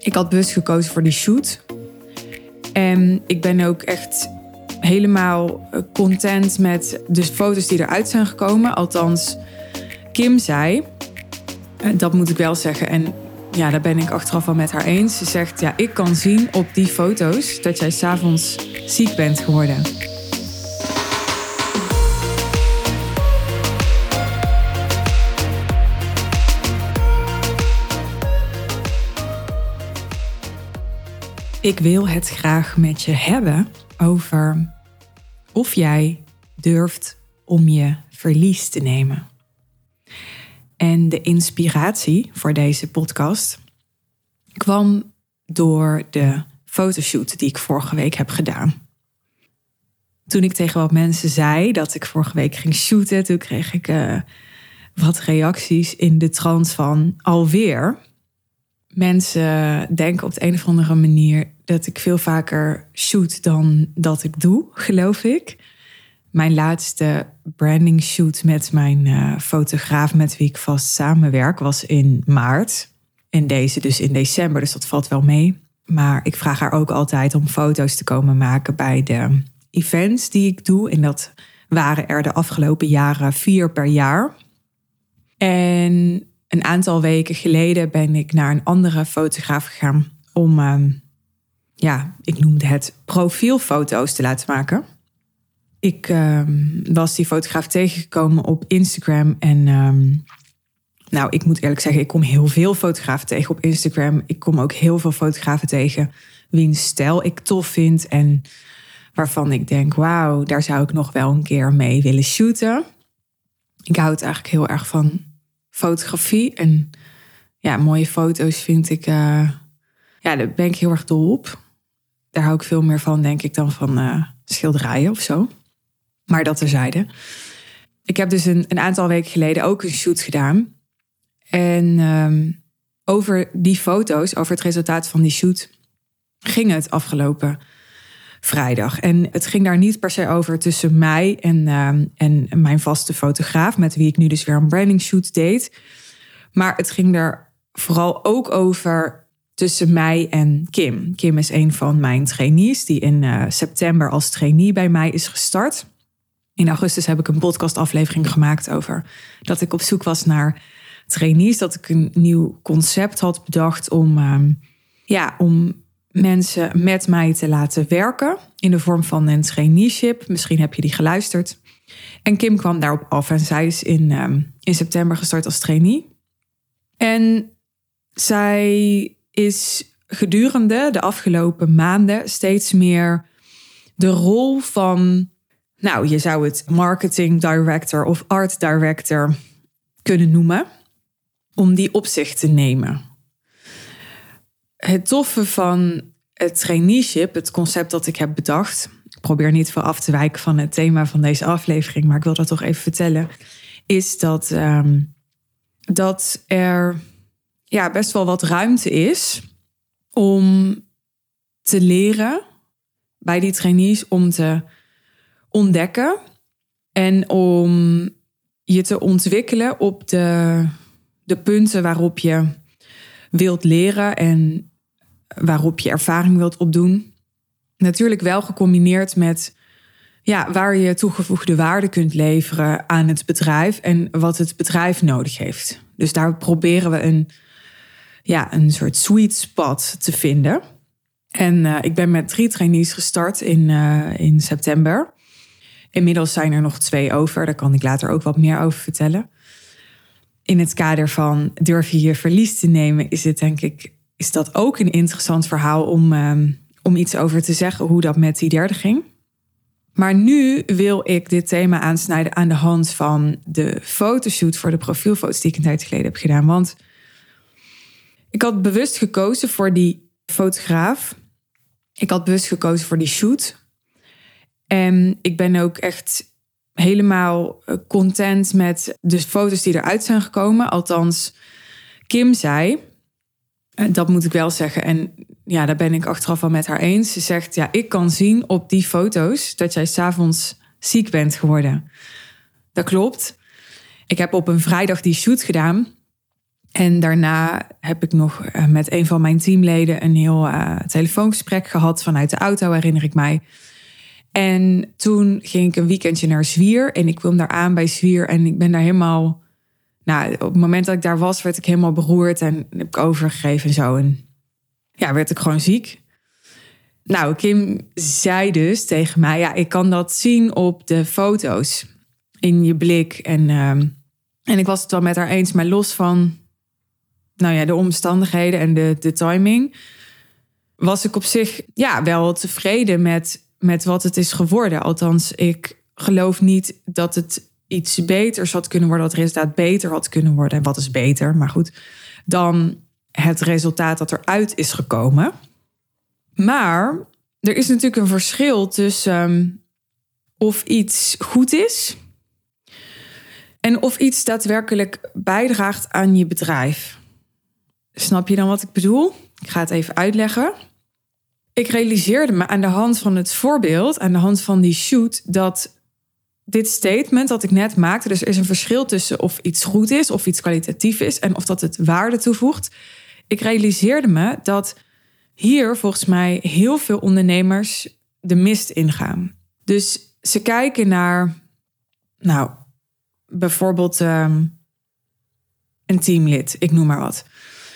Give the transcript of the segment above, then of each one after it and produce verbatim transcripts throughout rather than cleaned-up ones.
Ik had bewust gekozen voor die shoot. En ik ben ook echt helemaal content met de foto's die eruit zijn gekomen. Althans, Kim zei, dat moet ik wel zeggen. En ja, daar ben ik achteraf wel met haar eens. Ze zegt, ja, ik kan zien op die foto's dat jij 's avonds ziek bent geworden. Ik wil het graag met je hebben over of jij durft om je verlies te nemen. En de inspiratie voor deze podcast kwam door de fotoshoot die ik vorige week heb gedaan. Toen ik tegen wat mensen zei dat ik vorige week ging shooten, toen kreeg ik uh, wat reacties in de trant van alweer. Mensen denken op de een of andere manier dat ik veel vaker shoot dan dat ik doe, geloof ik. Mijn laatste branding shoot met mijn uh, fotograaf met wie ik vast samenwerk was in maart. En deze dus in december, dus dat valt wel mee. Maar ik vraag haar ook altijd om foto's te komen maken bij de events die ik doe. En dat waren er de afgelopen jaren vier per jaar. En een aantal weken geleden ben ik naar een andere fotograaf gegaan om, um, ja, ik noemde het profielfoto's te laten maken. Ik um, was die fotograaf tegengekomen op Instagram en um, nou, ik moet eerlijk zeggen, ik kom heel veel fotografen tegen op Instagram. Ik kom ook heel veel fotografen tegen wiens stijl ik tof vind en waarvan ik denk, wauw, daar zou ik nog wel een keer mee willen shooten. Ik hou het eigenlijk heel erg van fotografie en ja, mooie foto's vind ik, uh, ja, daar ben ik heel erg dol op. Daar hou ik veel meer van, denk ik, dan van uh, schilderijen of zo. Maar dat terzijde. Ik heb dus een, een aantal weken geleden ook een shoot gedaan. En um, over die foto's, over het resultaat van die shoot, ging het afgelopen vrijdag. En het ging daar niet per se over tussen mij en, um, en mijn vaste fotograaf, met wie ik nu dus weer een branding shoot deed. Maar het ging er vooral ook over tussen mij en Kim. Kim is een van mijn trainees die in uh, september als trainee bij mij is gestart. In augustus heb ik een podcastaflevering gemaakt over dat ik op zoek was naar trainees. Dat ik een nieuw concept had bedacht om, um, ja, om mensen met mij te laten werken in de vorm van een traineeship. Misschien heb je die geluisterd. En Kim kwam daarop af en zij is in, um, in september gestart als trainee. En zij is gedurende de afgelopen maanden steeds meer de rol van, nou, je zou het marketing director of art director kunnen noemen, om die op zich te nemen. Het toffe van het traineeship, het concept dat ik heb bedacht, ik probeer niet veel af te wijken van het thema van deze aflevering, maar ik wil dat toch even vertellen, is dat, um, dat er ja, best wel wat ruimte is om te leren bij die trainees, om te ontdekken en om je te ontwikkelen op de, de punten waarop je wilt leren en waarop je ervaring wilt opdoen. Natuurlijk wel gecombineerd met ja, waar je toegevoegde waarde kunt leveren aan het bedrijf en wat het bedrijf nodig heeft. Dus daar proberen we een, ja, een soort sweet spot te vinden. En uh, ik ben met drie trainees gestart in, uh, in september. Inmiddels zijn er nog twee over. Daar kan ik later ook wat meer over vertellen. In het kader van durf je je verlies te nemen, is het denk ik, is dat ook een interessant verhaal om, um, om iets over te zeggen, hoe dat met die derde ging. Maar nu wil ik dit thema aansnijden aan de hand van de fotoshoot voor de profielfoto's die ik een tijd geleden heb gedaan. Want ik had bewust gekozen voor die fotograaf. Ik had bewust gekozen voor die shoot. En ik ben ook echt helemaal content met de foto's die eruit zijn gekomen. Althans, Kim zei, dat moet ik wel zeggen, en ja, daar ben ik achteraf wel met haar eens. Ze zegt, ja, ik kan zien op die foto's dat jij 's avonds ziek bent geworden. Dat klopt. Ik heb op een vrijdag die shoot gedaan. En daarna heb ik nog met een van mijn teamleden een heel uh, telefoongesprek gehad vanuit de auto, herinner ik mij. En toen ging ik een weekendje naar Zwier en ik kwam daar aan bij Zwier en ik ben daar helemaal... Nou, op het moment dat ik daar was, werd ik helemaal beroerd en heb ik overgegeven en zo. En ja, werd ik gewoon ziek. Nou, Kim zei dus tegen mij, ja, ik kan dat zien op de foto's in je blik. En, uh, en ik was het wel met haar eens, maar los van nou ja, de omstandigheden en de, de timing, was ik op zich ja, wel tevreden met, met wat het is geworden. Althans, ik geloof niet dat het iets beters had kunnen worden, dat het resultaat beter had kunnen worden. En wat is beter, maar goed, dan het resultaat dat eruit is gekomen. Maar er is natuurlijk een verschil tussen um, of iets goed is en of iets daadwerkelijk bijdraagt aan je bedrijf. Snap je dan wat ik bedoel? Ik ga het even uitleggen. Ik realiseerde me aan de hand van het voorbeeld, aan de hand van die shoot, dat dit statement dat ik net maakte, dus er is een verschil tussen of iets goed is, of iets kwalitatief is en of dat het waarde toevoegt. Ik realiseerde me dat hier volgens mij heel veel ondernemers de mist ingaan. Dus ze kijken naar, nou, bijvoorbeeld um, een teamlid, ik noem maar wat.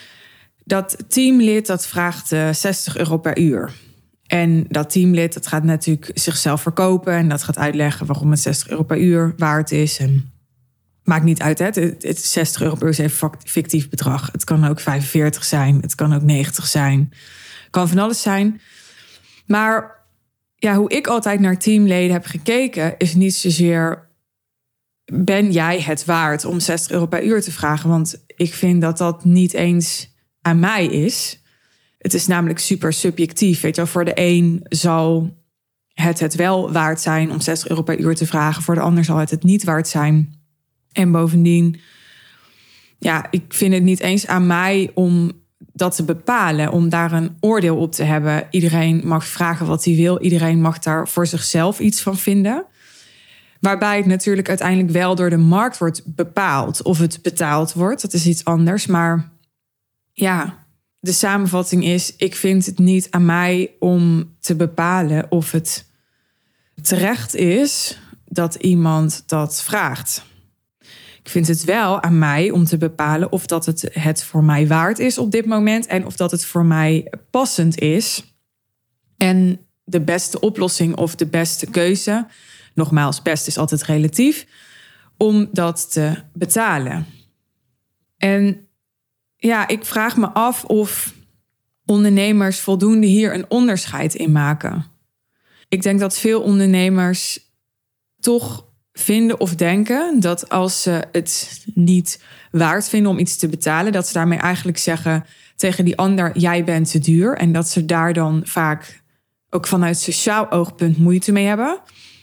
Dat teamlid dat vraagt uh, zestig euro per uur. En dat teamlid dat gaat natuurlijk zichzelf verkopen en dat gaat uitleggen waarom het zestig euro per uur waard is. En maakt niet uit, hè? Het, het zestig euro per uur is even fictief bedrag. Het kan ook vijfenveertig zijn, het kan ook negentig zijn. Het kan van alles zijn. Maar ja, hoe ik altijd naar teamleden heb gekeken is niet zozeer, ben jij het waard om zestig euro per uur te vragen? Want ik vind dat dat niet eens aan mij is. Het is namelijk super subjectief. Weet je wel, voor de een zal het het wel waard zijn om zestig euro per uur te vragen. Voor de ander zal het het niet waard zijn. En bovendien, ja, ik vind het niet eens aan mij om dat te bepalen, om daar een oordeel op te hebben. Iedereen mag vragen wat hij wil. Iedereen mag daar voor zichzelf iets van vinden. Waarbij het natuurlijk uiteindelijk wel door de markt wordt bepaald. Of het betaald wordt, dat is iets anders. Maar ja, de samenvatting is, ik vind het niet aan mij om te bepalen of het terecht is dat iemand dat vraagt. Ik vind het wel aan mij om te bepalen of dat het het voor mij waard is op dit moment en of dat het voor mij passend is. En de beste oplossing of de beste keuze, nogmaals, best is altijd relatief, om dat te betalen. En ja, ik vraag me af of ondernemers voldoende hier een onderscheid in maken. Ik denk dat veel ondernemers toch vinden of denken dat als ze het niet waard vinden om iets te betalen, dat ze daarmee eigenlijk zeggen tegen die ander, jij bent te duur. En dat ze daar dan vaak ook vanuit sociaal oogpunt moeite mee hebben.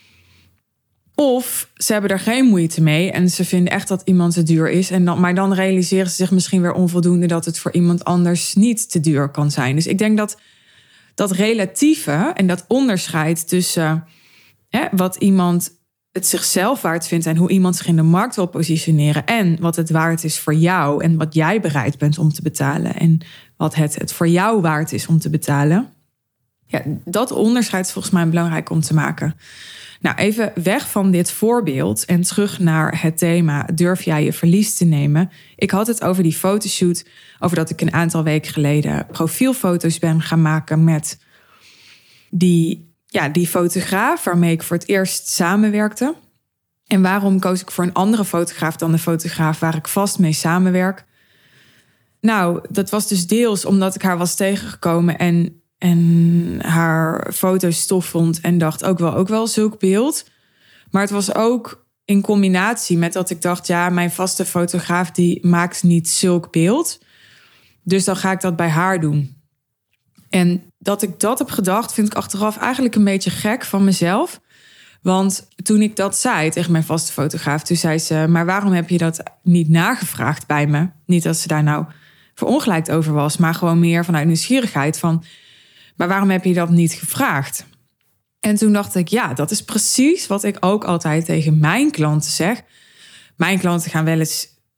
Of ze hebben er geen moeite mee en ze vinden echt dat iemand te duur is. En dan, maar dan realiseren ze zich misschien weer onvoldoende dat het voor iemand anders niet te duur kan zijn. Dus ik denk dat dat relatieve en dat onderscheid tussen hè, wat iemand het zichzelf waard vindt en hoe iemand zich in de markt wil positioneren en wat het waard is voor jou en wat jij bereid bent om te betalen en wat het, het voor jou waard is om te betalen. Ja, dat onderscheid is volgens mij belangrijk om te maken. Nou, even weg van dit voorbeeld en terug naar het thema, durf jij je verlies te nemen? Ik had het over die fotoshoot, over dat ik een aantal weken geleden profielfoto's ben gaan maken met die, ja, die fotograaf waarmee ik voor het eerst samenwerkte. En waarom koos ik voor een andere fotograaf dan de fotograaf waar ik vast mee samenwerk? Nou, dat was dus deels omdat ik haar was tegengekomen en En haar foto's tof vond en dacht ook wel, ook wel zulk beeld. Maar het was ook in combinatie met dat ik dacht, ja, mijn vaste fotograaf die maakt niet zulk beeld. Dus dan ga ik dat bij haar doen. En dat ik dat heb gedacht, vind ik achteraf eigenlijk een beetje gek van mezelf. Want toen ik dat zei tegen mijn vaste fotograaf, toen zei ze, maar waarom heb je dat niet nagevraagd bij me? Niet dat ze daar nou verongelijkt over was, maar gewoon meer vanuit nieuwsgierigheid van, maar waarom heb je dat niet gevraagd? En toen dacht ik, ja, dat is precies wat ik ook altijd tegen mijn klanten zeg. Mijn klanten gaan wel eens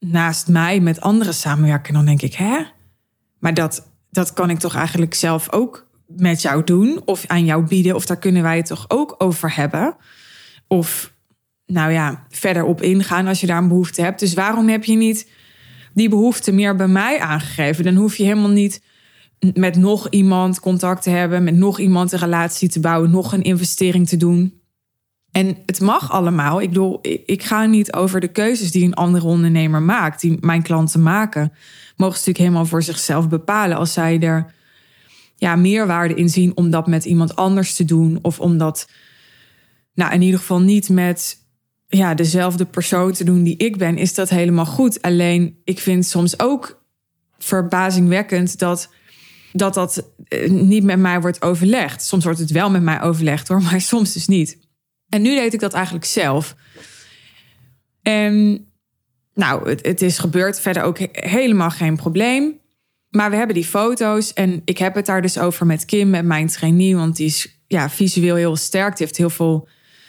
naast mij met anderen samenwerken. Dan denk ik, hè? Maar dat, dat kan ik toch eigenlijk zelf ook met jou doen of aan jou bieden. Of daar kunnen wij het toch ook over hebben. Of nou ja, verder op ingaan als je daar een behoefte hebt. Dus waarom heb je niet die behoefte meer bij mij aangegeven? Dan hoef je helemaal niet met nog iemand contact te hebben, met nog iemand een relatie te bouwen, nog een investering te doen. En het mag allemaal. Ik bedoel, ik ga niet over de keuzes die een andere ondernemer maakt, die mijn klanten maken. Mogen ze natuurlijk helemaal voor zichzelf bepalen als zij er ja, meerwaarde in zien om dat met iemand anders te doen. Of om dat nou, in ieder geval niet met ja, dezelfde persoon te doen die ik ben, is dat helemaal goed. Alleen ik vind soms ook verbazingwekkend dat dat, dat niet met mij wordt overlegd. Soms wordt het wel met mij overlegd hoor, maar soms dus niet. En nu deed ik dat eigenlijk zelf. En nou, het, het is gebeurd. Verder ook helemaal geen probleem. Maar we hebben die foto's en ik heb het daar dus over met Kim, met mijn trainee. Want die is ja, visueel heel sterk. Die heeft heel veel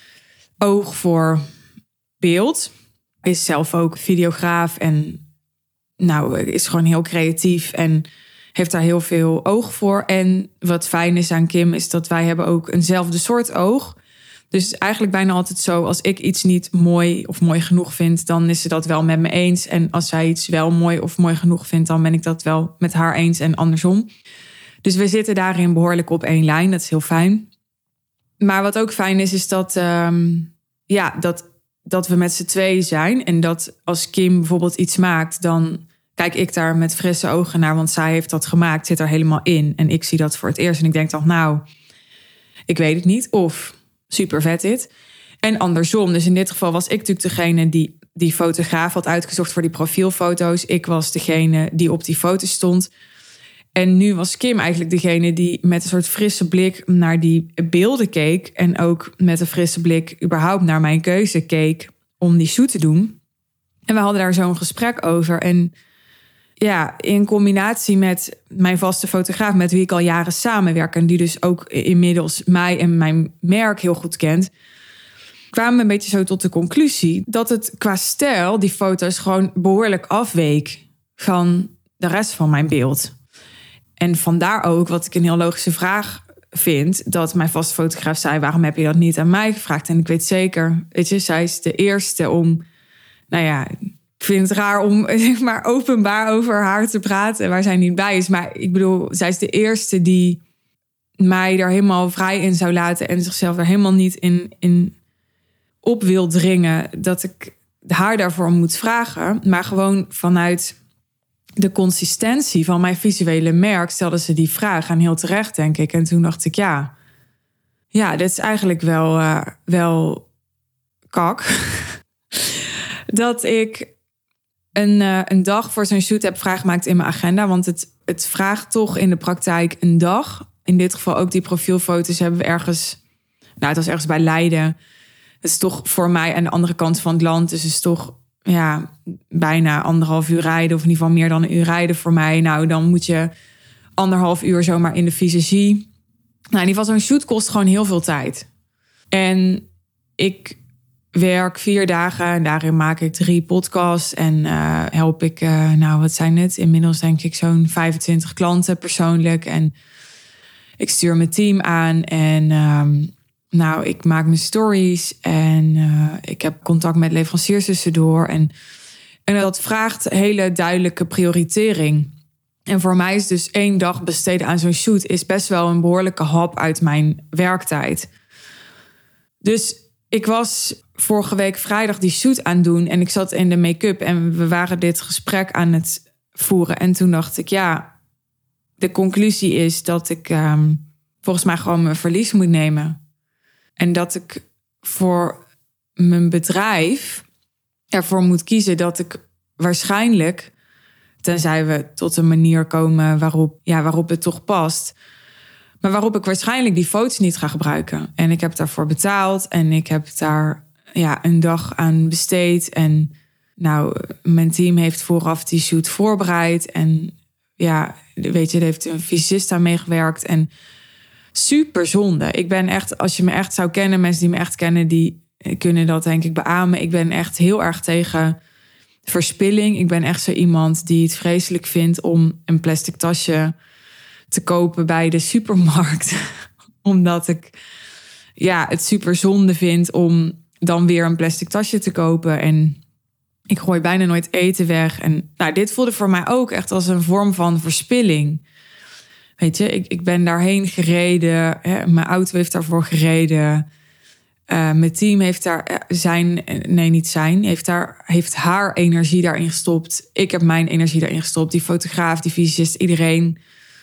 oog voor beeld. Is zelf ook videograaf en nou, is gewoon heel creatief en heeft daar heel veel oog voor. En wat fijn is aan Kim is dat wij hebben ook eenzelfde soort oog. Dus eigenlijk bijna altijd zo, als ik iets niet mooi of mooi genoeg vind, dan is ze dat wel met me eens. En als zij iets wel mooi of mooi genoeg vindt, dan ben ik dat wel met haar eens en andersom. Dus we zitten daarin behoorlijk op één lijn. Dat is heel fijn. Maar wat ook fijn is, is dat, um, ja, dat, dat we met z'n tweeën zijn. En dat als Kim bijvoorbeeld iets maakt, dan kijk ik daar met frisse ogen naar. Want zij heeft dat gemaakt, zit er helemaal in. En ik zie dat voor het eerst. En ik denk dan, nou, ik weet het niet. Of super vet dit. En andersom. Dus in dit geval was ik natuurlijk degene die die fotograaf had uitgezocht voor die profielfoto's. Ik was degene die op die foto stond. En nu was Kim eigenlijk degene die met een soort frisse blik naar die beelden keek. En ook met een frisse blik überhaupt naar mijn keuze keek om die shoot te doen. En we hadden daar zo'n gesprek over. En ja, in combinatie met mijn vaste fotograaf, met wie ik al jaren samenwerk en die dus ook inmiddels mij en mijn merk heel goed kent, kwamen we een beetje zo tot de conclusie dat het qua stijl, die foto's, gewoon behoorlijk afweek van de rest van mijn beeld. En vandaar ook, wat ik een heel logische vraag vind, dat mijn vaste fotograaf zei, waarom heb je dat niet aan mij gevraagd? En ik weet zeker, weet je, zij is de eerste om, nou ja, ik vind het raar om zeg maar openbaar over haar te praten waar zij niet bij is. Maar ik bedoel, zij is de eerste die mij daar helemaal vrij in zou laten en zichzelf er helemaal niet in, in op wil dringen dat ik haar daarvoor moet vragen. Maar gewoon vanuit de consistentie van mijn visuele merk stelde ze die vraag en heel terecht, denk ik. En toen dacht ik, ja, ja, dit is eigenlijk wel, uh, wel kak. Dat ik een, uh, een dag voor zo'n shoot heb vrijgemaakt in mijn agenda. Want het, het vraagt toch in de praktijk een dag. In dit geval ook die profielfoto's hebben we ergens, nou, het was ergens bij Leiden. Het is toch voor mij aan de andere kant van het land. Dus het is toch ja, bijna anderhalf uur rijden. Of in ieder geval meer dan een uur rijden voor mij. Nou, dan moet je anderhalf uur zomaar in de visagie. Nou, in ieder geval zo'n shoot kost gewoon heel veel tijd. En ik werk vier dagen en daarin maak ik drie podcasts. En uh, help ik, uh, nou wat zijn het? Inmiddels denk ik zo'n vijfentwintig klanten persoonlijk. En ik stuur mijn team aan en Um, Nou, ik maak mijn stories en uh, ik heb contact met leveranciers tussendoor. En, en dat vraagt hele duidelijke prioritering. En voor mij is dus één dag besteden aan zo'n shoot is best wel een behoorlijke hap uit mijn werktijd. Dus ik was vorige week vrijdag die shoot aan het doen en ik zat in de make-up en we waren dit gesprek aan het voeren. En toen dacht ik, ja, de conclusie is dat ik um, volgens mij gewoon mijn verlies moet nemen. En dat ik voor mijn bedrijf ervoor moet kiezen dat ik waarschijnlijk, tenzij we tot een manier komen waarop, ja, waarop het toch past, maar waarop ik waarschijnlijk die foto's niet ga gebruiken. En ik heb daarvoor betaald en ik heb daar ja, een dag aan besteed. En nou, mijn team heeft vooraf die shoot voorbereid. En ja, weet je, er heeft een visagist aan meegewerkt en super zonde. Ik ben echt, als je me echt zou kennen, mensen die me echt kennen, die kunnen dat denk ik beamen. Ik ben echt heel erg tegen verspilling. Ik ben echt zo iemand die het vreselijk vindt om een plastic tasje te kopen bij de supermarkt. Omdat ik ja, het super zonde vind om dan weer een plastic tasje te kopen. En ik gooi bijna nooit eten weg. En nou, dit voelde voor mij ook echt als een vorm van verspilling. Weet je, ik, ik ben daarheen gereden. Hè, mijn auto heeft daarvoor gereden. Uh, mijn team heeft daar zijn, nee niet zijn, heeft, daar, heeft haar energie daarin gestopt. Ik heb mijn energie daarin gestopt. Die fotograaf, die fysicist, iedereen.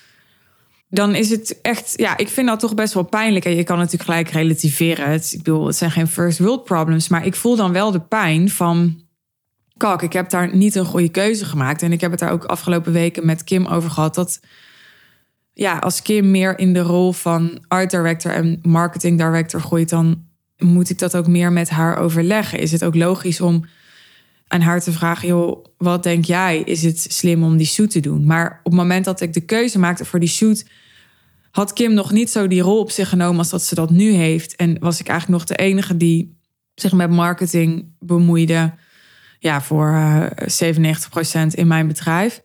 Dan is het echt, ja, ik vind dat toch best wel pijnlijk. En je kan natuurlijk gelijk relativeren. Het, ik bedoel, het zijn geen first world problems. Maar ik voel dan wel de pijn van, kijk, ik heb daar niet een goede keuze gemaakt. En ik heb het daar ook afgelopen weken met Kim over gehad. Dat ja, als Kim meer in de rol van art director en marketing director gooit, dan moet ik dat ook meer met haar overleggen. Is het ook logisch om aan haar te vragen, joh, wat denk jij? Is het slim om die shoot te doen? Maar op het moment dat ik de keuze maakte voor die shoot, had Kim nog niet zo die rol op zich genomen als dat ze dat nu heeft. En was ik eigenlijk nog de enige die zich met marketing bemoeide. Ja, voor uh, zevenennegentig procent in mijn bedrijf.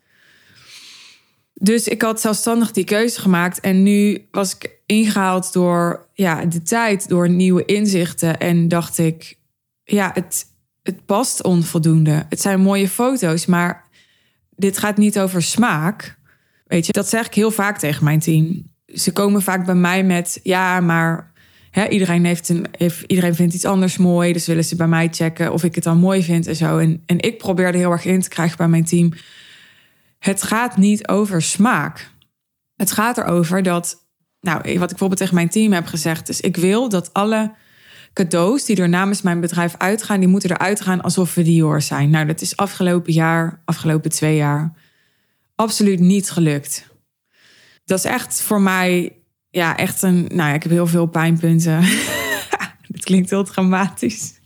Dus ik had zelfstandig die keuze gemaakt. En nu was ik ingehaald door ja, de tijd, door nieuwe inzichten. En dacht ik, ja, het, het past onvoldoende. Het zijn mooie foto's, maar dit gaat niet over smaak. Weet je, dat zeg ik heel vaak tegen mijn team. Ze komen vaak bij mij met, ja, maar hè, iedereen, heeft een, heeft, iedereen vindt iets anders mooi. Dus willen ze bij mij checken of ik het dan mooi vind en zo. En, en ik probeerde heel erg in te krijgen bij mijn team. Het gaat niet over smaak. Het gaat erover dat, nou, wat ik bijvoorbeeld tegen mijn team heb gezegd, is ik wil dat alle cadeaus die er namens mijn bedrijf uitgaan, die moeten eruit gaan alsof we Dior zijn. Nou, dat is afgelopen jaar, afgelopen twee jaar absoluut niet gelukt. Dat is echt voor mij, ja, echt een, nou ja, ik heb heel veel pijnpunten. Dit klinkt heel dramatisch.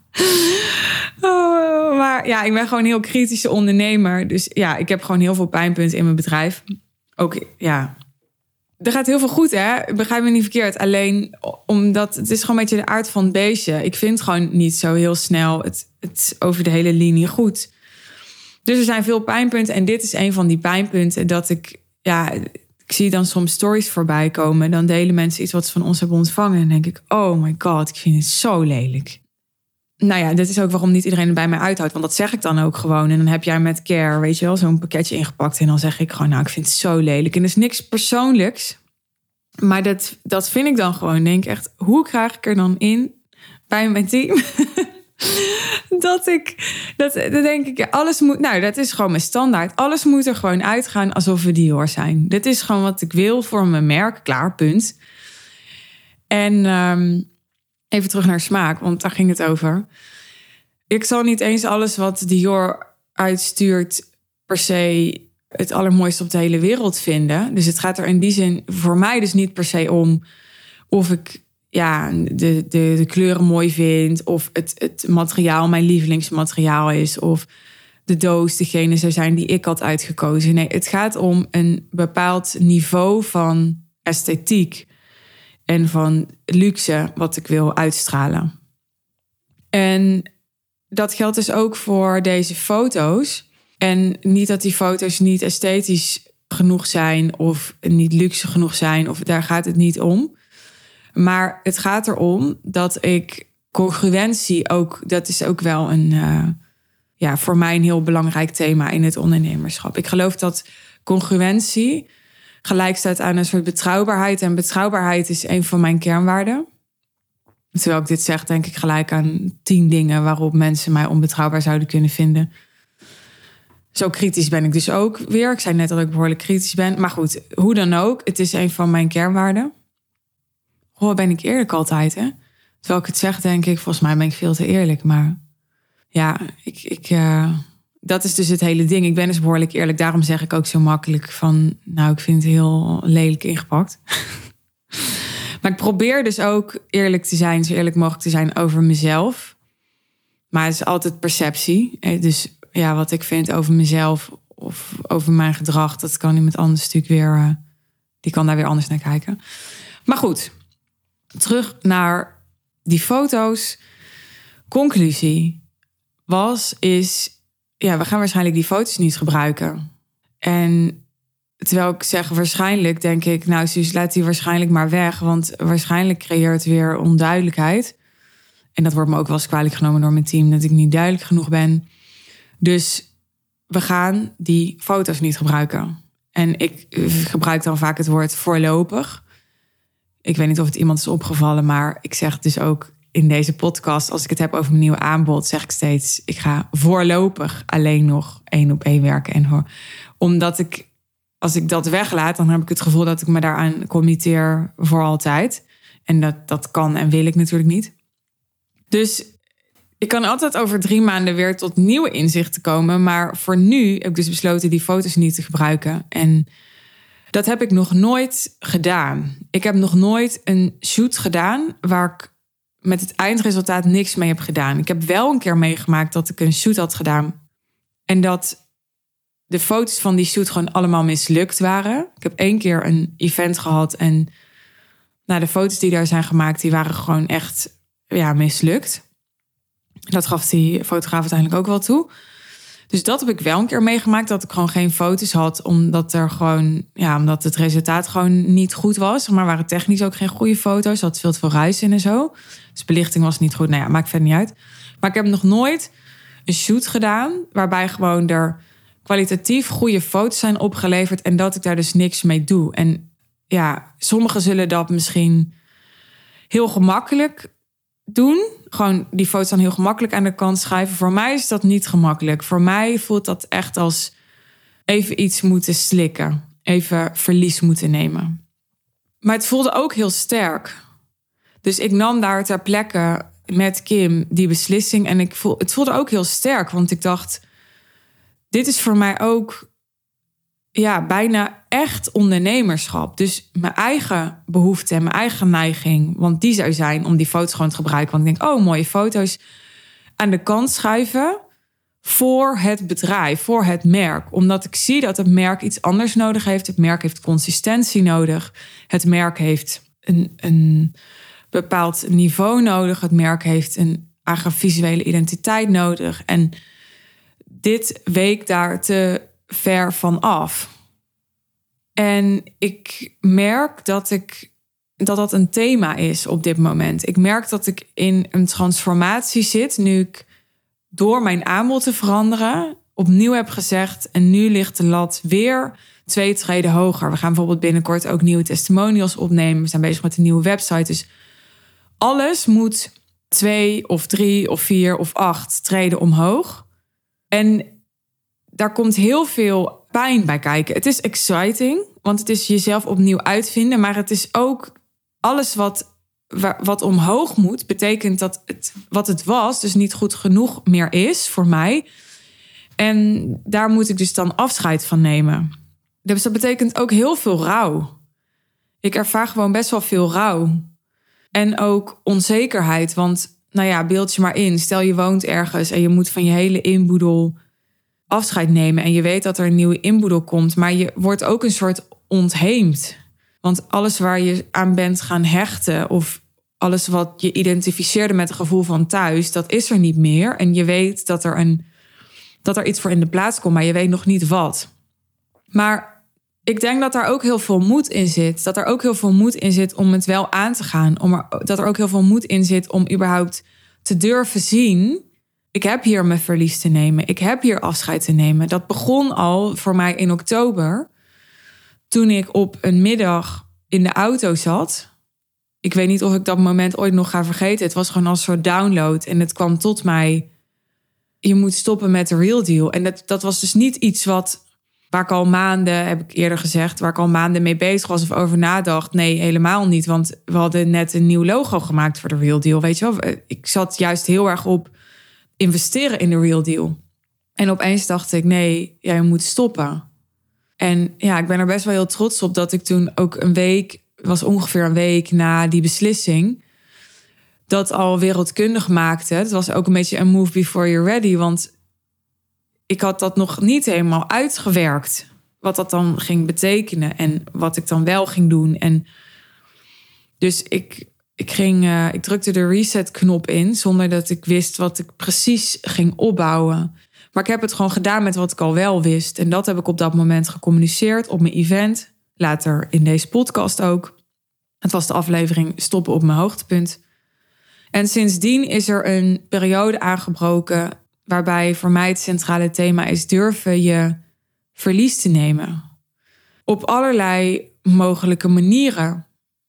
Oh, maar ja, ik ben gewoon een heel kritische ondernemer. Dus ja, ik heb gewoon heel veel pijnpunten in mijn bedrijf. Ook, ja, er gaat heel veel goed, hè? Begrijp me niet verkeerd. Alleen omdat het is gewoon een beetje de aard van het beestje. Ik vind gewoon niet zo heel snel het, het over de hele linie goed. Dus er zijn veel pijnpunten. En dit is een van die pijnpunten dat ik, ja, ik zie dan soms stories voorbij komen. Dan delen mensen iets wat ze van ons hebben ontvangen. En dan denk ik, oh my god, ik vind het zo lelijk. Nou ja, dit is ook waarom niet iedereen het bij mij uithoudt. Want dat zeg ik dan ook gewoon. En dan heb jij met care, weet je wel, zo'n pakketje ingepakt. En dan zeg ik gewoon, nou, ik vind het zo lelijk. En dat is niks persoonlijks. Maar dat, dat vind ik dan gewoon. Ik denk echt, hoe krijg ik er dan in bij mijn team? dat ik, dat, dat denk ik, alles moet, nou, dat is gewoon mijn standaard. Alles moet er gewoon uitgaan alsof we Dior zijn. Dit is gewoon wat ik wil voor mijn merk. Klaar, punt. En um, even terug naar smaak, want daar ging het over. Ik zal niet eens alles wat Dior uitstuurt per se het allermooiste op de hele wereld vinden. Dus het gaat er in die zin voor mij dus niet per se om of ik ja, de, de, de kleuren mooi vind, of het, het materiaal mijn lievelingsmateriaal is, of de doos degene zou zijn die ik had uitgekozen. Nee, het gaat om een bepaald niveau van esthetiek en van luxe wat ik wil uitstralen. En dat geldt dus ook voor deze foto's. En niet dat die foto's niet esthetisch genoeg zijn of niet luxe genoeg zijn, of daar gaat het niet om. Maar het gaat erom dat ik congruentie ook, dat is ook wel een, uh, ja, voor mij een heel belangrijk thema in het ondernemerschap. Ik geloof dat congruentie gelijk staat aan een soort betrouwbaarheid. En betrouwbaarheid is een van mijn kernwaarden. Terwijl ik dit zeg, denk ik gelijk aan tien dingen waarop mensen mij onbetrouwbaar zouden kunnen vinden. Zo kritisch ben ik dus ook weer. Ik zei net dat ik behoorlijk kritisch ben. Maar goed, hoe dan ook, het is een van mijn kernwaarden. Oh, ben ik eerlijk altijd, hè? Terwijl ik het zeg, denk ik, volgens mij ben ik veel te eerlijk. Maar ja, ik, ik, uh, dat is dus het hele ding. Ik ben dus behoorlijk eerlijk. Daarom zeg ik ook zo makkelijk van, nou, ik vind het heel lelijk ingepakt. Maar ik probeer dus ook eerlijk te zijn, zo eerlijk mogelijk te zijn over mezelf. Maar het is altijd perceptie. Dus ja, wat ik vind over mezelf of over mijn gedrag, dat kan iemand anders natuurlijk weer, uh, die kan daar weer anders naar kijken. Maar goed, terug naar die foto's. Conclusie was, is ja, we gaan waarschijnlijk die foto's niet gebruiken. En terwijl ik zeg waarschijnlijk, denk ik, nou Suus, laat die waarschijnlijk maar weg. Want waarschijnlijk creëert weer onduidelijkheid. En dat wordt me ook wel eens kwalijk genomen door mijn team, dat ik niet duidelijk genoeg ben. Dus we gaan die foto's niet gebruiken. En ik gebruik dan vaak het woord voorlopig. Ik weet niet of het iemand is opgevallen, maar ik zeg dus ook in deze podcast, als ik het heb over mijn nieuwe aanbod, zeg ik steeds, ik ga voorlopig alleen nog één op één werken. En voor, omdat ik, als ik dat weglaat, dan heb ik het gevoel dat ik me daaraan committeer voor altijd. En dat, dat kan en wil ik natuurlijk niet. Dus ik kan altijd over drie maanden weer tot nieuwe inzichten komen. Maar voor nu heb ik dus besloten die foto's niet te gebruiken. En dat heb ik nog nooit gedaan. Ik heb nog nooit een shoot gedaan waar ik met het eindresultaat niks mee heb gedaan. Ik heb wel een keer meegemaakt dat ik een shoot had gedaan. En dat de foto's van die shoot gewoon allemaal mislukt waren. Ik heb één keer een event gehad. En nou, de foto's die daar zijn gemaakt, die waren gewoon echt ja, mislukt. Dat gaf die fotograaf uiteindelijk ook wel toe. Dus dat heb ik wel een keer meegemaakt, dat ik gewoon geen foto's had, omdat er gewoon, ja, omdat het resultaat gewoon niet goed was. Maar waren technisch ook geen goede foto's. Er had veel te veel ruis in en zo. Dus belichting was niet goed. Nou ja, maakt verder niet uit. Maar ik heb nog nooit een shoot gedaan waarbij gewoon er kwalitatief goede foto's zijn opgeleverd en dat ik daar dus niks mee doe. En ja, sommigen zullen dat misschien heel gemakkelijk doen. Gewoon die foto's dan heel gemakkelijk aan de kant schuiven. Voor mij is dat niet gemakkelijk. Voor mij voelt dat echt als even iets moeten slikken. Even verlies moeten nemen. Maar het voelde ook heel sterk. Dus ik nam daar ter plekke met Kim die beslissing. En ik voel, het voelde ook heel sterk. Want ik dacht, dit is voor mij ook ja, bijna echt ondernemerschap. Dus mijn eigen behoefte en mijn eigen neiging, want die zou zijn om die foto's gewoon te gebruiken. Want ik denk, oh, mooie foto's, aan de kant schuiven voor het bedrijf, voor het merk. Omdat ik zie dat het merk iets anders nodig heeft. Het merk heeft consistentie nodig. Het merk heeft een, een bepaald niveau nodig. Het merk heeft een eigen visuele identiteit nodig. En dit week daar te ver van af. En ik merk dat ik dat dat een thema is op dit moment. Ik merk dat ik in een transformatie zit, nu ik door mijn aanbod te veranderen opnieuw heb gezegd, en nu ligt de lat weer twee treden hoger. We gaan bijvoorbeeld binnenkort ook nieuwe testimonials opnemen. We zijn bezig met een nieuwe website. Dus alles moet twee of drie of vier of acht treden omhoog. En daar komt heel veel pijn bij kijken. Het is exciting, want het is jezelf opnieuw uitvinden. Maar het is ook alles wat, wat omhoog moet, betekent dat het, wat het was dus niet goed genoeg meer is voor mij. En daar moet ik dus dan afscheid van nemen. Dus dat betekent ook heel veel rouw. Ik ervaar gewoon best wel veel rouw. En ook onzekerheid. Want, nou ja, beeld je maar in. Stel je woont ergens en je moet van je hele inboedel afscheid nemen. En je weet dat er een nieuwe inboedel komt. Maar je wordt ook een soort ontheemd. Want alles waar je aan bent gaan hechten, of alles wat je identificeerde met het gevoel van thuis, dat is er niet meer. En je weet dat er, een, dat er iets voor in de plaats komt, maar je weet nog niet wat. Maar ik denk dat daar ook heel veel moed in zit. Dat er ook heel veel moed in zit om het wel aan te gaan. Om er, dat er ook heel veel moed in zit om überhaupt te durven zien, ik heb hier mijn verlies te nemen. Ik heb hier afscheid te nemen. Dat begon al voor mij in oktober, toen ik op een middag in de auto zat. Ik weet niet of ik dat moment ooit nog ga vergeten. Het was gewoon als een soort download. En het kwam tot mij, je moet stoppen met de real deal. En dat, dat was dus niet iets wat, waar ik al maanden, heb ik eerder gezegd, waar ik al maanden mee bezig was of over nadacht. Nee, helemaal niet. Want we hadden net een nieuw logo gemaakt voor de real deal. Weet je wel? Ik zat juist heel erg op investeren in de real deal. En opeens dacht ik, nee, jij moet stoppen. En ja, ik ben er best wel heel trots op dat ik toen ook een week, was ongeveer een week na die beslissing, dat al wereldkundig maakte. Het was ook een beetje een move before you're ready, want ik had dat nog niet helemaal uitgewerkt, wat dat dan ging betekenen en wat ik dan wel ging doen. En dus ik, ik, ging, uh, ik drukte de reset-knop in zonder dat ik wist wat ik precies ging opbouwen. Maar ik heb het gewoon gedaan met wat ik al wel wist. En dat heb ik op dat moment gecommuniceerd op mijn event. Later in deze podcast ook. Het was de aflevering Stoppen op mijn hoogtepunt. En sindsdien is er een periode aangebroken waarbij voor mij het centrale thema is durven je verlies te nemen. Op allerlei mogelijke manieren.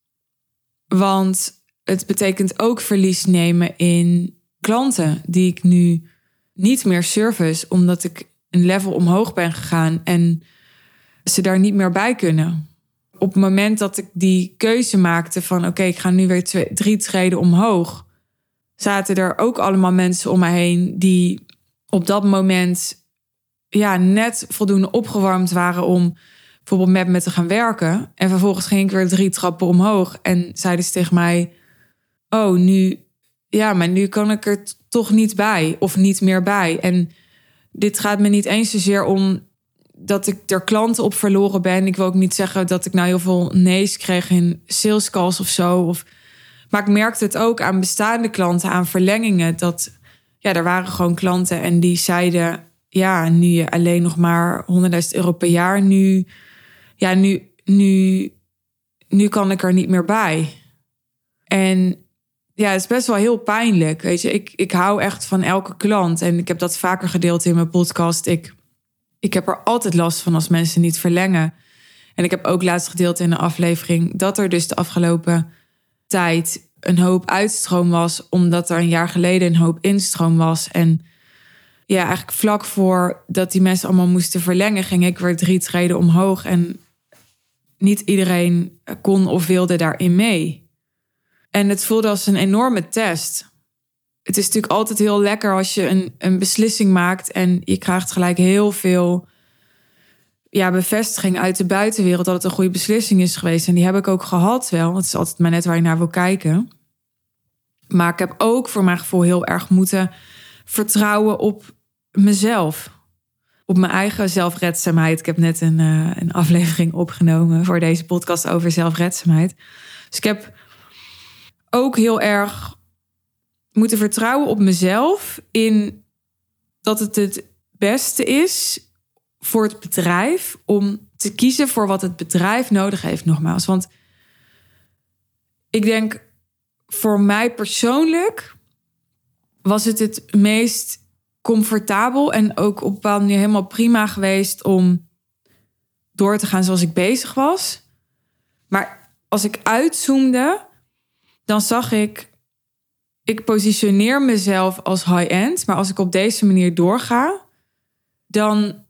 Want het betekent ook verlies nemen in klanten die ik nu niet meer service, omdat ik een level omhoog ben gegaan en ze daar niet meer bij kunnen. Op het moment dat ik die keuze maakte van oké, okay, ik ga nu weer twee, drie treden omhoog, zaten er ook allemaal mensen om mij heen die op dat moment ja, net voldoende opgewarmd waren om bijvoorbeeld met me te gaan werken. En vervolgens ging ik weer drie trappen omhoog en zeiden ze tegen mij, oh, nu, ja, maar nu kan ik er t- toch niet bij of niet meer bij. En dit gaat me niet eens zozeer om dat ik er klanten op verloren ben. Ik wil ook niet zeggen dat ik nou heel veel nee's kreeg in sales calls of zo. Of, maar ik merkte het ook aan bestaande klanten, aan verlengingen. Dat ja, er waren gewoon klanten en die zeiden, ja, nu je alleen nog maar honderdduizend euro per jaar, nu, ja, nu, nu, nu kan ik er niet meer bij. En ja, het is best wel heel pijnlijk. Weet je, ik, ik hou echt van elke klant. En ik heb dat vaker gedeeld in mijn podcast. Ik, ik heb er altijd last van als mensen niet verlengen. En ik heb ook laatst gedeeld in een aflevering dat er dus de afgelopen tijd een hoop uitstroom was, omdat er een jaar geleden een hoop instroom was. En ja, eigenlijk vlak voor dat die mensen allemaal moesten verlengen, ging ik weer drie treden omhoog. En niet iedereen kon of wilde daarin mee. En het voelde als een enorme test. Het is natuurlijk altijd heel lekker als je een, een beslissing maakt en je krijgt gelijk heel veel ja, bevestiging uit de buitenwereld dat het een goede beslissing is geweest. En die heb ik ook gehad wel. Het is altijd maar net waar je naar wil kijken. Maar ik heb ook voor mijn gevoel heel erg moeten vertrouwen op mezelf. Op mijn eigen zelfredzaamheid. Ik heb net een, uh, een aflevering opgenomen voor deze podcast over zelfredzaamheid. Dus ik heb ook heel erg moeten vertrouwen op mezelf in dat het het beste is voor het bedrijf om te kiezen voor wat het bedrijf nodig heeft, nogmaals. Want ik denk, voor mij persoonlijk was het het meest comfortabel en ook op een bepaalde manier helemaal prima geweest om door te gaan zoals ik bezig was. Maar als ik uitzoomde, dan zag ik, ik positioneer mezelf als high-end, maar als ik op deze manier doorga, dan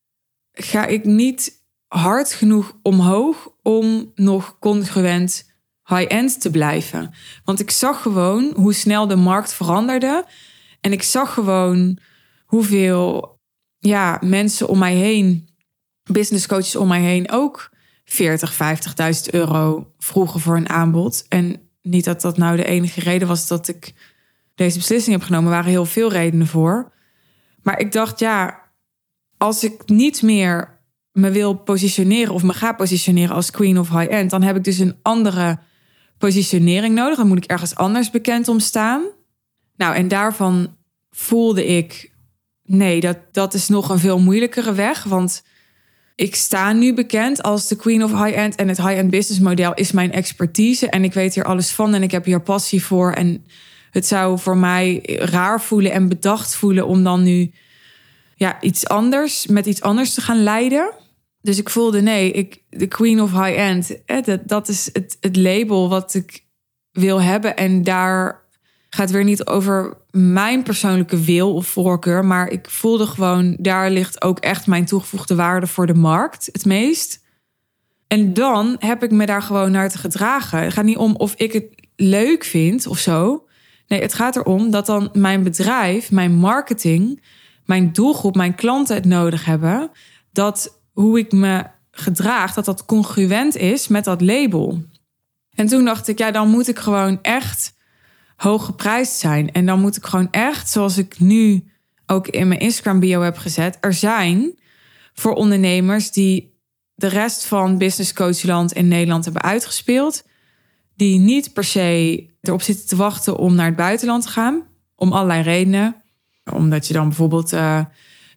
ga ik niet hard genoeg omhoog om nog congruent high-end te blijven. Want ik zag gewoon hoe snel de markt veranderde. En ik zag gewoon hoeveel ja, mensen om mij heen, business coaches om mij heen, ook veertig, vijftigduizend euro vroegen voor een aanbod. En niet dat dat nou de enige reden was dat ik deze beslissing heb genomen. Er waren heel veel redenen voor. Maar ik dacht, ja, als ik niet meer me wil positioneren of me ga positioneren als queen of high-end, dan heb ik dus een andere positionering nodig. Dan moet ik ergens anders bekend om staan. Nou, en daarvan voelde ik, nee, dat, dat is nog een veel moeilijkere weg. Want ik sta nu bekend als de queen of high-end. En het high-end business model is mijn expertise. En ik weet hier alles van en ik heb hier passie voor. En het zou voor mij raar voelen en bedacht voelen om dan nu ja, iets anders, met iets anders te gaan leiden. Dus ik voelde, nee, ik, de queen of high-end, eh, dat, dat is het, het label wat ik wil hebben. En daar gaat weer niet over mijn persoonlijke wil of voorkeur. Maar ik voelde gewoon, daar ligt ook echt mijn toegevoegde waarde voor de markt het meest. En dan heb ik me daar gewoon naar te gedragen. Het gaat niet om of ik het leuk vind of zo. Nee, het gaat erom dat dan mijn bedrijf, mijn marketing, mijn doelgroep, mijn klanten het nodig hebben. Dat hoe ik me gedraag, dat dat congruent is met dat label. En toen dacht ik, ja, dan moet ik gewoon echt hoog geprijsd zijn. En dan moet ik gewoon echt, zoals ik nu ook in mijn Instagram bio heb gezet, er zijn voor ondernemers die de rest van Business Coachland in Nederland hebben uitgespeeld, die niet per se erop zitten te wachten om naar het buitenland te gaan, om allerlei redenen. Omdat je dan bijvoorbeeld uh,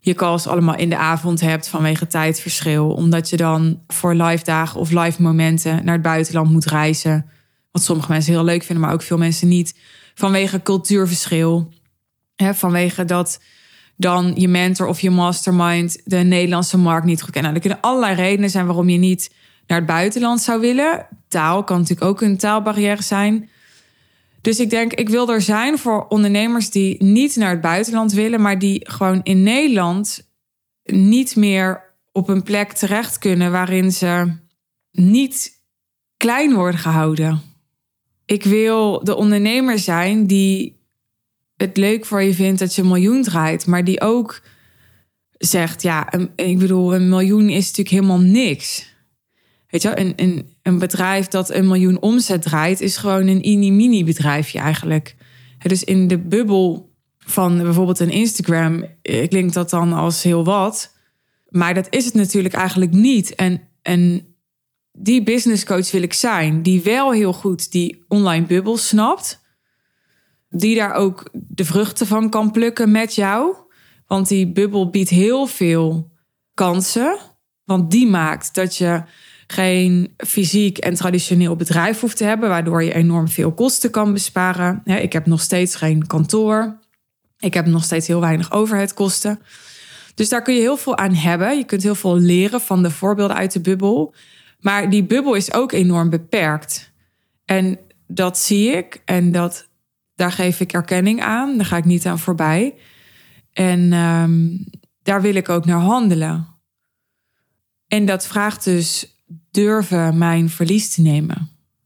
je calls allemaal in de avond hebt vanwege tijdverschil. Omdat je dan voor live dagen of live momenten naar het buitenland moet reizen. Wat sommige mensen heel leuk vinden, maar ook veel mensen niet. Vanwege cultuurverschil. Hè, vanwege dat dan je mentor of je mastermind de Nederlandse markt niet goed kennen. Nou, er kunnen allerlei redenen zijn waarom je niet naar het buitenland zou willen. Taal kan natuurlijk ook een taalbarrière zijn. Dus ik denk, ik wil er zijn voor ondernemers die niet naar het buitenland willen, maar die gewoon in Nederland niet meer op een plek terecht kunnen waarin ze niet klein worden gehouden. Ik wil de ondernemer zijn die het leuk voor je vindt dat je een miljoen draait, maar die ook zegt, ja, een, ik bedoel, een miljoen is natuurlijk helemaal niks. Weet je, een, een, een bedrijf dat een miljoen omzet draait, is gewoon een mini-mini bedrijfje eigenlijk. Dus in de bubbel van bijvoorbeeld een Instagram klinkt dat dan als heel wat. Maar dat is het natuurlijk eigenlijk niet. En, en die business coach wil ik zijn, die wel heel goed die online bubbel snapt. Die daar ook de vruchten van kan plukken met jou. Want die bubbel biedt heel veel kansen. Want die maakt dat je geen fysiek en traditioneel bedrijf hoeft te hebben, waardoor je enorm veel kosten kan besparen. Ik heb nog steeds geen kantoor. Ik heb nog steeds heel weinig overheadkosten. Dus daar kun je heel veel aan hebben. Je kunt heel veel leren van de voorbeelden uit de bubbel. Maar die bubbel is ook enorm beperkt. En dat zie ik. En dat, daar geef ik erkenning aan. Daar ga ik niet aan voorbij. En um, daar wil ik ook naar handelen. En dat vraagt dus durven mijn verlies te nemen.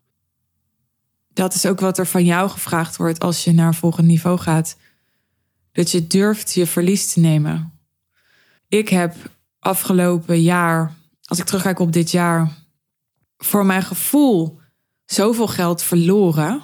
Dat is ook wat er van jou gevraagd wordt als je naar een volgend niveau gaat. Dat je durft je verlies te nemen. Ik heb afgelopen jaar, als ik terugkijk op dit jaar, voor mijn gevoel zoveel geld verloren.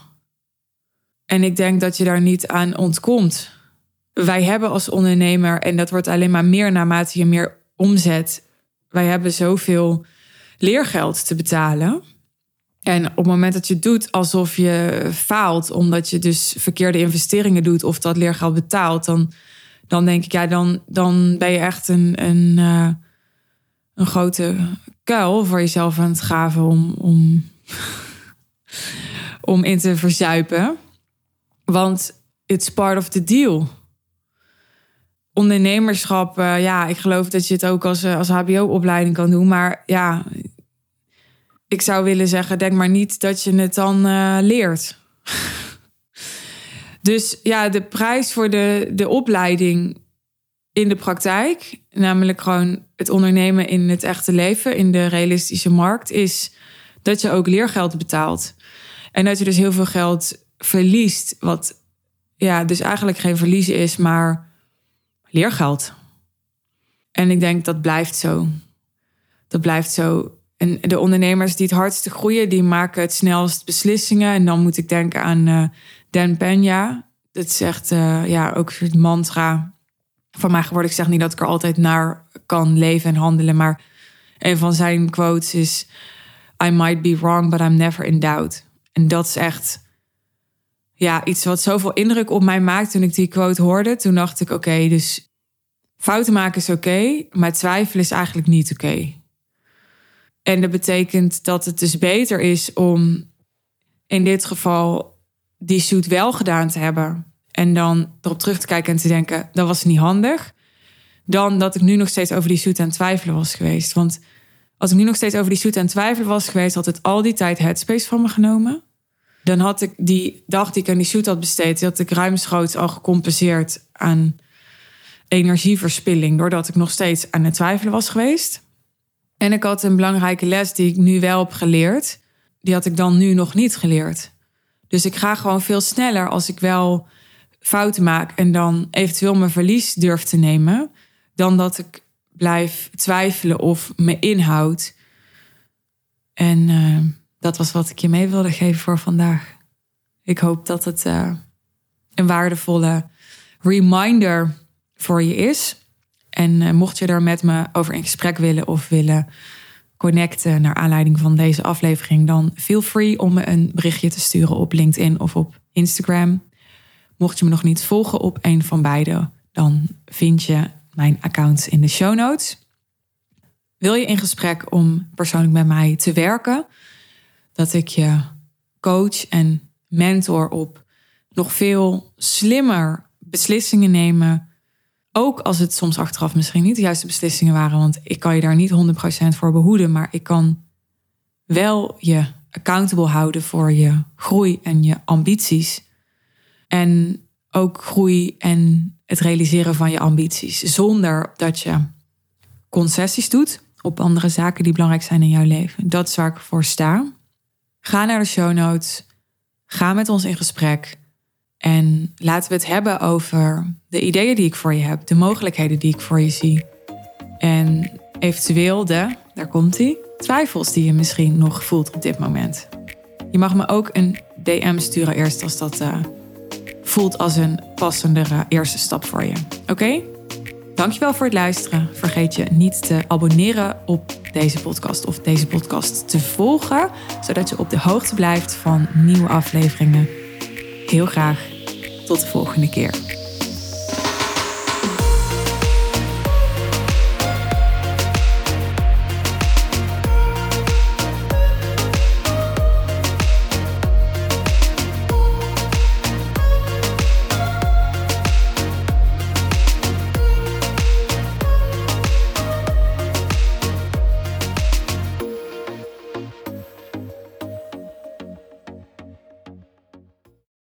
En ik denk dat je daar niet aan ontkomt. Wij hebben als ondernemer, en dat wordt alleen maar meer naarmate je meer omzet, wij hebben zoveel leergeld te betalen. En op het moment dat je doet alsof je faalt, omdat je dus verkeerde investeringen doet of dat leergeld betaalt, dan, dan denk ik, ja, dan, dan ben je echt een, een, uh, een grote kuil voor jezelf aan het graven om, om, om in te verzuipen. Want it's part of the deal. Ondernemerschap, uh, ja, ik geloof dat je het ook als, als H B O-opleiding kan doen. Maar ja, ik zou willen zeggen, denk maar niet dat je het dan uh, leert. Dus ja, de prijs voor de, de opleiding in de praktijk, namelijk gewoon het ondernemen in het echte leven, in de realistische markt, is dat je ook leergeld betaalt. En dat je dus heel veel geld verliest, wat ja, dus eigenlijk geen verlies is, maar leergeld. En ik denk dat blijft zo. Dat blijft zo. En de ondernemers die het hardste groeien, die maken het snelst beslissingen. En dan moet ik denken aan uh, Dan Peña. Dat is echt uh, ja, ook een mantra van mij geworden. Ik zeg niet dat ik er altijd naar kan leven en handelen, maar een van zijn quotes is: I might be wrong, but I'm never in doubt. En dat is echt ja, iets wat zoveel indruk op mij maakt toen ik die quote hoorde. Toen dacht ik, oké, okay, dus fouten maken is oké, okay, maar twijfelen is eigenlijk niet oké. Okay. En dat betekent dat het dus beter is om in dit geval die shoot wel gedaan te hebben en dan erop terug te kijken en te denken, dat was niet handig, dan dat ik nu nog steeds over die shoot aan het twijfelen was geweest. Want als ik nu nog steeds over die shoot aan het twijfelen was geweest, had het al die tijd headspace van me genomen. Dan had ik die dag die ik aan die shoot had besteed, die had ik ruimschoots al gecompenseerd aan energieverspilling, doordat ik nog steeds aan het twijfelen was geweest. En ik had een belangrijke les die ik nu wel heb geleerd. Die had ik dan nu nog niet geleerd. Dus ik ga gewoon veel sneller als ik wel fouten maak en dan eventueel mijn verlies durf te nemen, dan dat ik blijf twijfelen of me inhoud. En uh, dat was wat ik je mee wilde geven voor vandaag. Ik hoop dat het uh, een waardevolle reminder voor je is. En uh, mocht je er met me over in gesprek willen of willen connecten naar aanleiding van deze aflevering, dan feel free om me een berichtje te sturen op LinkedIn of op Instagram. Mocht je me nog niet volgen op een van beide, dan vind je mijn accounts in de show notes. Wil je in gesprek om persoonlijk met mij te werken? Dat ik je coach en mentor op nog veel slimmer beslissingen nemen. Ook als het soms achteraf misschien niet de juiste beslissingen waren. Want ik kan je daar niet honderd procent voor behoeden. Maar ik kan wel je accountable houden voor je groei en je ambities. En ook groei en het realiseren van je ambities. Zonder dat je concessies doet op andere zaken die belangrijk zijn in jouw leven. Dat is waar ik voor sta. Ga naar de show notes. Ga met ons in gesprek. En laten we het hebben over de ideeën die ik voor je heb. De mogelijkheden die ik voor je zie. En eventueel de, daar komt ie, twijfels die je misschien nog voelt op dit moment. Je mag me ook een D M sturen eerst als dat uh, voelt als een passendere eerste stap voor je. Oké? Okay? Dankjewel voor het luisteren. Vergeet je niet te abonneren op deze podcast of deze podcast te volgen, zodat je op de hoogte blijft van nieuwe afleveringen. Heel graag tot de volgende keer.